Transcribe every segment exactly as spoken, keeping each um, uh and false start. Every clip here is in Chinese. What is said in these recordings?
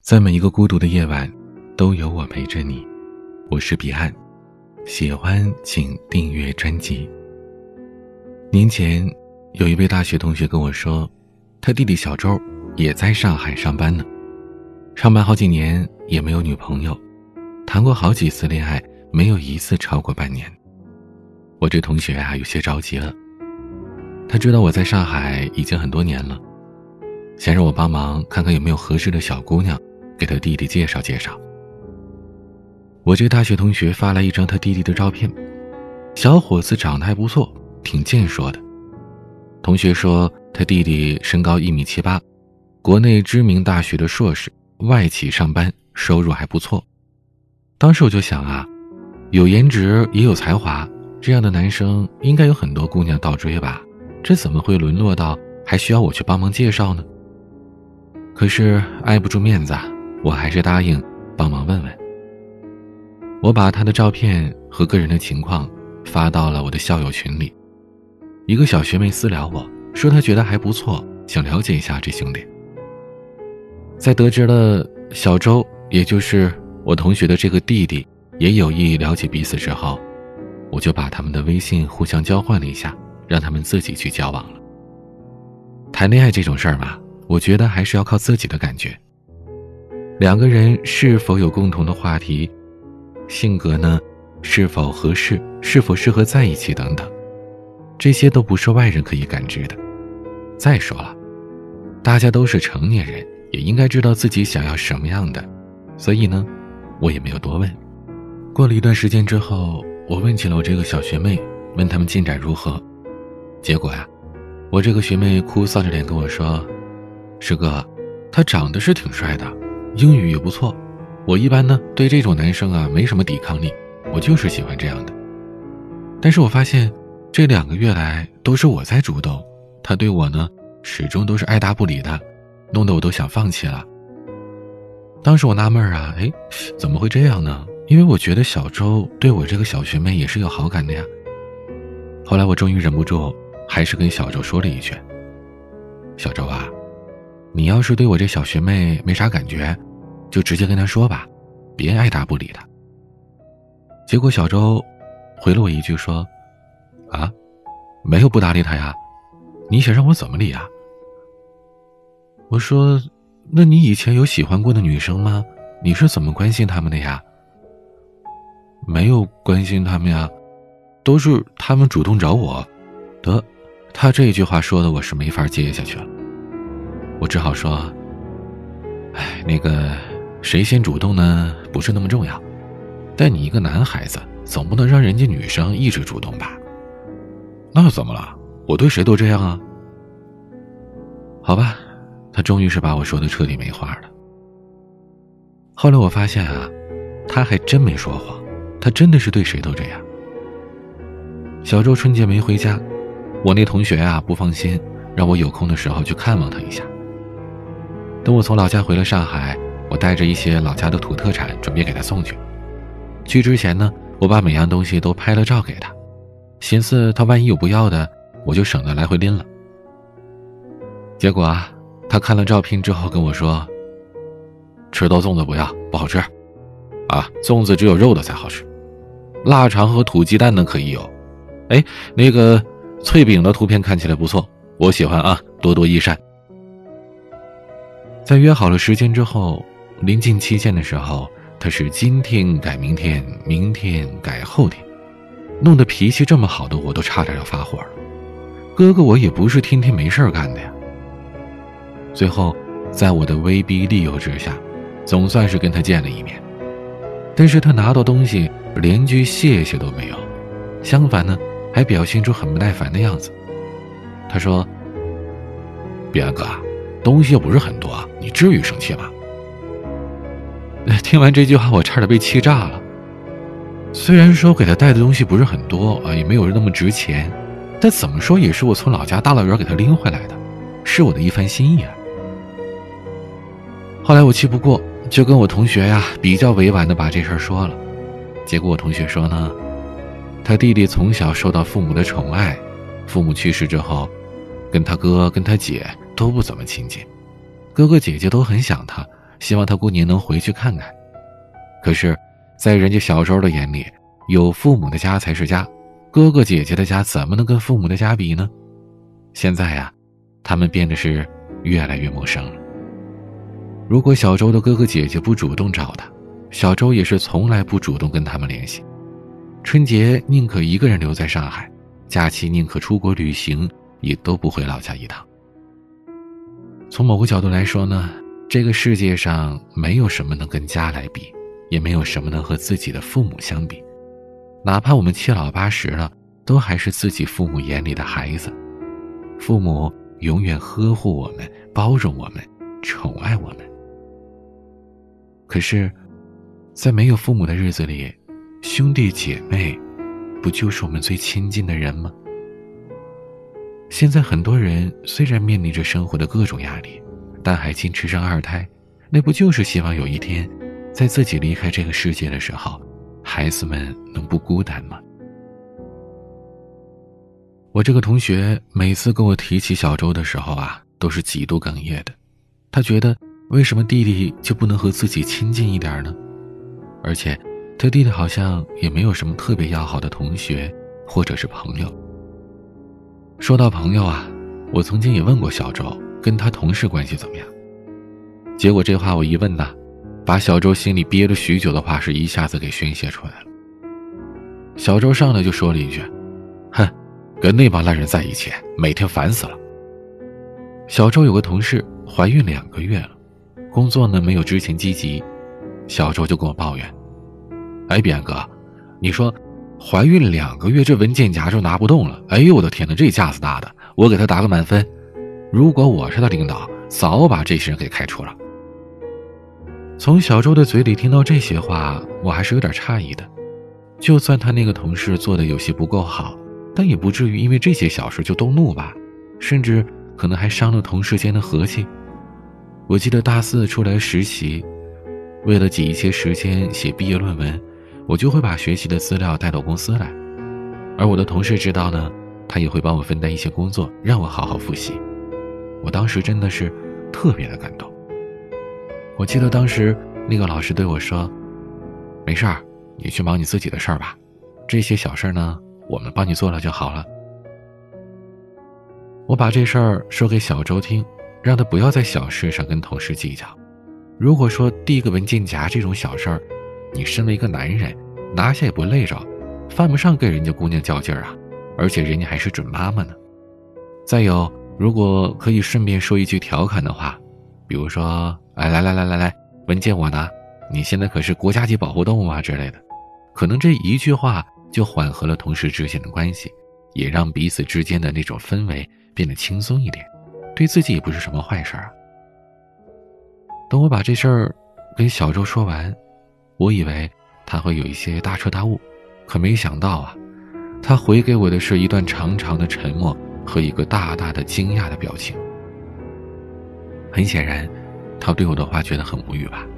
在每一个孤独的夜晚，都有我陪着你。我是彼岸，喜欢请订阅专辑。年前有一位大学同学跟我说，他弟弟小周也在上海上班呢，上班好几年也没有女朋友，谈过好几次恋爱，没有一次超过半年。我这同学啊有些着急了，他知道我在上海已经很多年了，想让我帮忙看看有没有合适的小姑娘给他弟弟介绍介绍。我这大学同学发来一张他弟弟的照片，小伙子长得还不错，挺健硕的。同学说他弟弟身高一米七八，国内知名大学的硕士，外企上班，收入还不错。当时我就想啊，有颜值也有才华，这样的男生应该有很多姑娘倒追吧，这怎么会沦落到还需要我去帮忙介绍呢？可是碍不住面子啊，我还是答应帮忙问问。我把他的照片和个人的情况发到了我的校友群里，一个小学妹私聊我说她觉得还不错，想了解一下这兄弟。在得知了小周，也就是我同学的这个弟弟也有意了解彼此之后，我就把他们的微信互相交换了一下，让他们自己去交往了。谈恋爱这种事儿嘛，我觉得还是要靠自己的感觉。两个人是否有共同的话题，性格呢，是否合适，是否适合在一起等等，这些都不是外人可以感知的。再说了，大家都是成年人，也应该知道自己想要什么样的，所以呢，我也没有多问。过了一段时间之后，我问起了我这个小学妹，问他们进展如何。结果呀、啊，我这个学妹哭丧着脸跟我说，师哥，他长得是挺帅的，英语也不错，我一般呢对这种男生啊没什么抵抗力，我就是喜欢这样的。但是我发现这两个月来都是我在主动，他对我呢始终都是爱答不理的，弄得我都想放弃了。当时我纳闷啊，诶，怎么会这样呢？因为我觉得小周对我这个小学妹也是有好感的呀。后来我终于忍不住，还是跟小周说了一句，小周啊，你要是对我这小学妹没啥感觉，就直接跟她说吧，别爱答不理的。结果小周回了我一句说，啊，没有不搭理她呀，你想让我怎么理啊？我说，那你以前有喜欢过的女生吗？你是怎么关心她们的呀？没有关心她们呀，都是她们主动找我。得，他这句话说的我是没法接下去了。我只好说，哎，那个谁先主动呢不是那么重要，但你一个男孩子总不能让人家女生一直主动吧？那怎么了？我对谁都这样啊。好吧，他终于是把我说的彻底没话了。后来我发现啊，他还真没说谎，他真的是对谁都这样。小周春节没回家，我那同学啊不放心，让我有空的时候去看望他一下。等我从老家回了上海，我带着一些老家的土特产准备给他送去。去之前呢，我把每样东西都拍了照给他，寻思他万一有不要的，我就省得来回拎了。结果啊，他看了照片之后跟我说，吃豆粽子不要，不好吃啊，粽子只有肉的才好吃，腊肠和土鸡蛋呢可以有，哎，那个脆饼的图片看起来不错，我喜欢啊，多多益善。在约好了时间之后，临近期限的时候，他是今天改明天，明天改后天，弄得脾气这么好的我都差点要发火了。哥哥我也不是天天没事干的呀。最后在我的威逼利诱之下，总算是跟他见了一面。但是他拿到东西连句谢谢都没有，相反呢还表现出很不耐烦的样子。他说，彼岸哥，东西又不是很多，你至于生气吗？听完这句话我差点被气炸了。虽然说给他带的东西不是很多啊，也没有那么值钱，但怎么说也是我从老家大老远给他拎回来的，是我的一番心意啊。后来我气不过，就跟我同学呀比较委婉的把这事儿说了。结果我同学说呢，他弟弟从小受到父母的宠爱，父母去世之后，跟他哥跟他姐都不怎么亲近，哥哥姐姐都很想他， 希望他过年能回去看看。可是在人家小周的眼里，有父母的家才是家，哥哥姐姐的家怎么能跟父母的家比呢？现在呀、啊，他们变得是越来越陌生了。如果小周的哥哥姐姐不主动找他，小周也是从来不主动跟他们联系。春节宁可一个人留在上海，假期宁可出国旅行，也都不回老家一趟。从某个角度来说呢，这个世界上没有什么能跟家来比，也没有什么能和自己的父母相比。哪怕我们七老八十了，都还是自己父母眼里的孩子。父母永远呵护我们，包容我们，宠爱我们。可是在没有父母的日子里，兄弟姐妹不就是我们最亲近的人吗？现在很多人虽然面临着生活的各种压力，但还坚持生二胎，那不就是希望有一天在自己离开这个世界的时候，孩子们能不孤单吗？我这个同学每次跟我提起小周的时候啊，都是几度哽咽的。他觉得为什么弟弟就不能和自己亲近一点呢？而且他弟弟好像也没有什么特别要好的同学或者是朋友。说到朋友啊，我曾经也问过小周跟他同事关系怎么样，结果这话我一问呐，把小周心里憋了许久的话是一下子给宣泄出来了。小周上来就说了一句：哼，跟那帮烂人在一起，每天烦死了。小周有个同事怀孕两个月了，工作呢没有之前积极，小周就跟我抱怨：哎，扁哥，你说怀孕两个月这文件夹就拿不动了，哎呦我的天哪，这架子大的，我给他打个满分。如果我是他领导，早把这些人给开除了。从小周的嘴里听到这些话，我还是有点诧异的。就算他那个同事做的有些不够好，但也不至于因为这些小事就动怒吧，甚至可能还伤了同事间的和气。我记得大四出来实习，为了挤一些时间写毕业论文，我就会把学习的资料带到公司来，而我的同事知道呢，他也会帮我分担一些工作，让我好好复习。我当时真的是特别的感动。我记得当时那个老师对我说：没事儿，你去忙你自己的事儿吧，这些小事呢，我们帮你做了就好了。我把这事儿说给小周听，让他不要在小事上跟同事计较。如果说递个文件夹这种小事儿，你身为一个男人，拿下也不累着，犯不上跟人家姑娘较劲儿啊，而且人家还是准妈妈呢。再有，如果可以顺便说一句调侃的话，比如说，哎，来来来来来，文件我拿，你现在可是国家级保护动物啊之类的，可能这一句话就缓和了同事之间的关系，也让彼此之间的那种氛围变得轻松一点，对自己也不是什么坏事啊。等我把这事儿跟小周说完，我以为他会有一些大彻大悟，可没想到啊，他回给我的是一段长长的沉默和一个大大的惊讶的表情。很显然，他对我的话觉得很无语吧。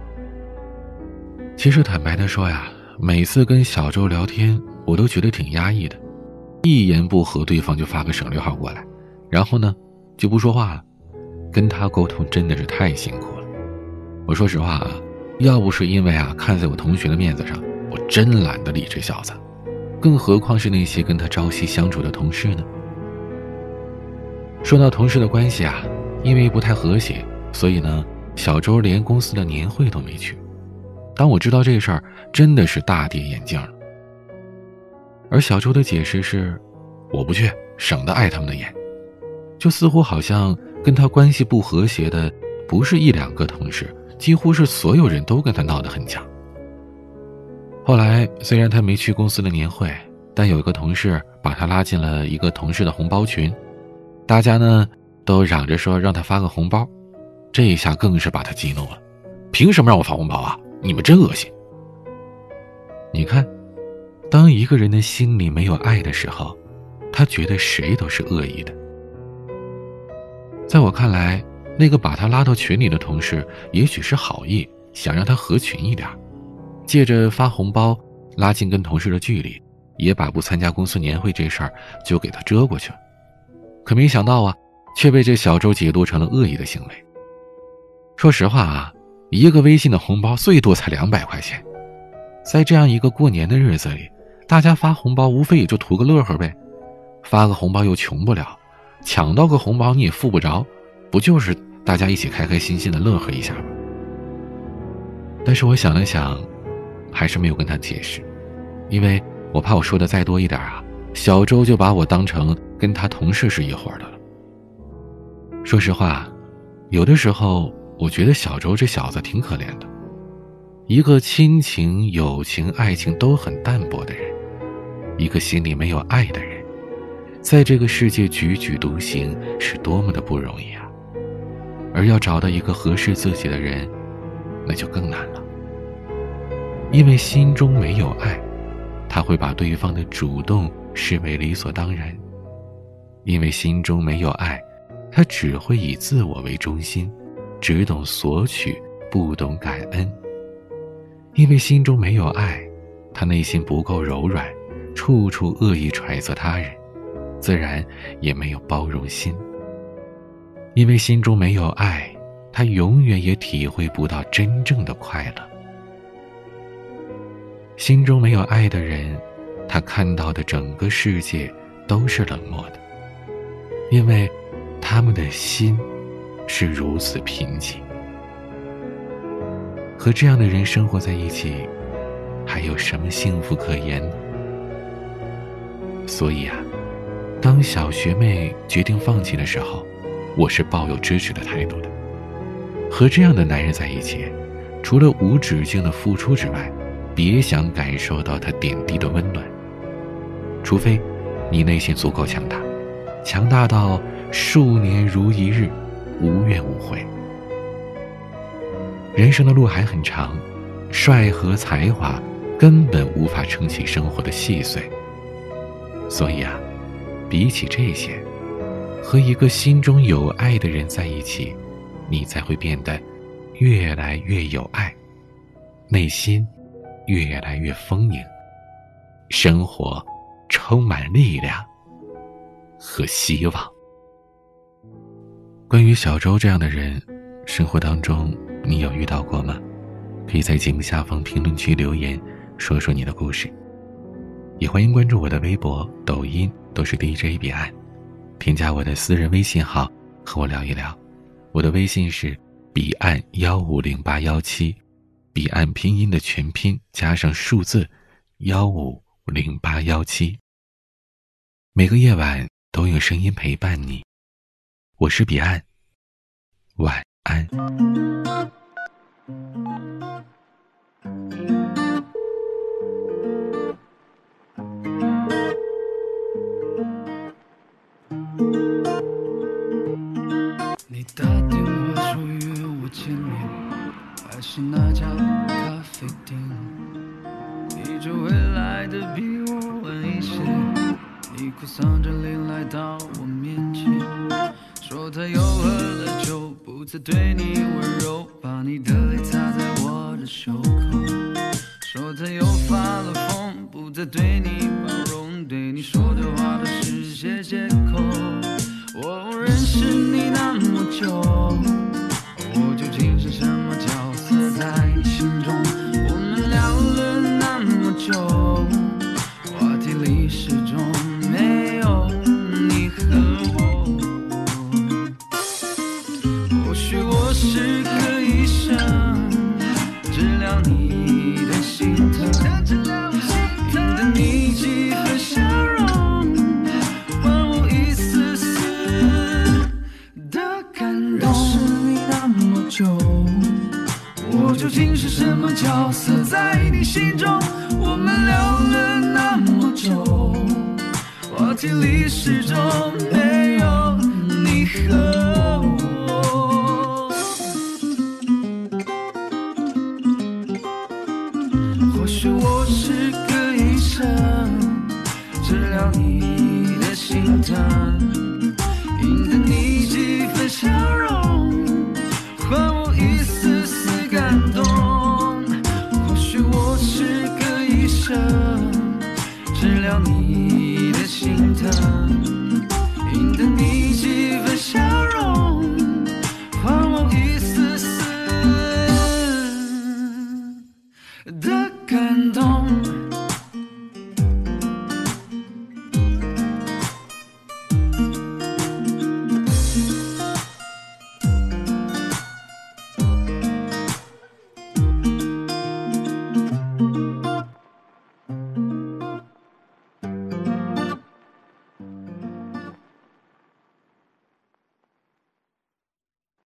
其实坦白的说呀，每次跟小周聊天，我都觉得挺压抑的，一言不合对方就发个省略号过来，然后呢就不说话了。跟他沟通真的是太辛苦了。我说实话啊，要不是因为啊看在我同学的面子上，我真懒得理这小子，更何况是那些跟他朝夕相处的同事呢。说到同事的关系啊，因为不太和谐，所以呢小周连公司的年会都没去。当我知道这事儿，真的是大跌眼镜了。而小周的解释是，我不去，省得碍他们的眼。就似乎好像跟他关系不和谐的不是一两个同事，几乎是所有人都跟他闹得很僵。后来虽然他没去公司的年会，但有一个同事把他拉进了一个同事的红包群，大家呢都嚷着说让他发个红包，这一下更是把他激怒了。凭什么让我发红包啊？你们真恶心。你看，当一个人的心里没有爱的时候，他觉得谁都是恶意的。在我看来，那个把他拉到群里的同事也许是好意，想让他合群一点，借着发红包拉近跟同事的距离，也把不参加公司年会这事儿就给他遮过去了。可没想到啊，却被这小周解读成了恶意的行为。说实话啊， 一个微信的红包最多才两百块钱，在这样一个过年的日子里，大家发红包无非也就图个乐呵呗，发个红包又穷不了，抢到个红包你也付不着，不就是大家一起开开心心的乐呵一下吗？但是我想了想，还是没有跟他解释，因为我怕我说的再多一点啊，小周就把我当成跟他同事是一伙的了。说实话，有的时候我觉得小周这小子挺可怜的，一个亲情、友情、爱情都很淡薄的人，一个心里没有爱的人，在这个世界踽踽独行是多么的不容易啊！而要找到一个合适自己的人，那就更难了。因为心中没有爱，他会把对方的主动视为理所当然；因为心中没有爱，他只会以自我为中心，只懂索取，不懂感恩；因为心中没有爱，他内心不够柔软，处处恶意揣测他人，自然也没有包容心。因为心中没有爱，他永远也体会不到真正的快乐。心中没有爱的人，他看到的整个世界都是冷漠的，因为他们的心是如此贫瘠。和这样的人生活在一起，还有什么幸福可言呢？所以啊，当小学妹决定放弃的时候，我是抱有支持的态度的。和这样的男人在一起，除了无止境的付出之外，别想感受到他点滴的温暖，除非你内心足够强大，强大到数年如一日，无怨无悔。人生的路还很长，帅和才华根本无法撑起生活的细碎。所以啊，比起这些，和一个心中有爱的人在一起，你才会变得越来越有爱，内心越来越丰盈，生活充满力量和希望。关于小周这样的人，生活当中你有遇到过吗？可以在节目下方评论区留言，说说你的故事。也欢迎关注我的微博、抖音，都是 D J 彼岸。添加我的私人微信号，和我聊一聊。我的微信是彼岸一五零八一七，彼岸拼音的全拼加上数字一五零八一七。每个夜晚都用声音陪伴你，我是彼岸，晚安。 你打电话说约我见面，还是那家咖啡店？你就会来的比我晚一些，你哭丧着脸来到我面前，说他又喝了酒，不再对你温柔，把你的泪擦在我的袖口，说他又发了疯，不再对你包容，对你说的话都是些借口。我认识你那么久，我究竟是什么角色在你心中？我们聊了那么久，话题里始终没有你和我。或许我是个医生，治疗你的心疼，赢得你几分笑容，换我一丝丝的感动。认识你那么久，我究竟是什么角色在你心中？我们聊了那么久，话题里始终没有你和我。或许我是个医生，治疗你的心疼，赢得你几分笑容，换我一丝丝感动。或许我是个医生，治疗你的心疼，赢得你几分笑容，换我一丝丝的感动。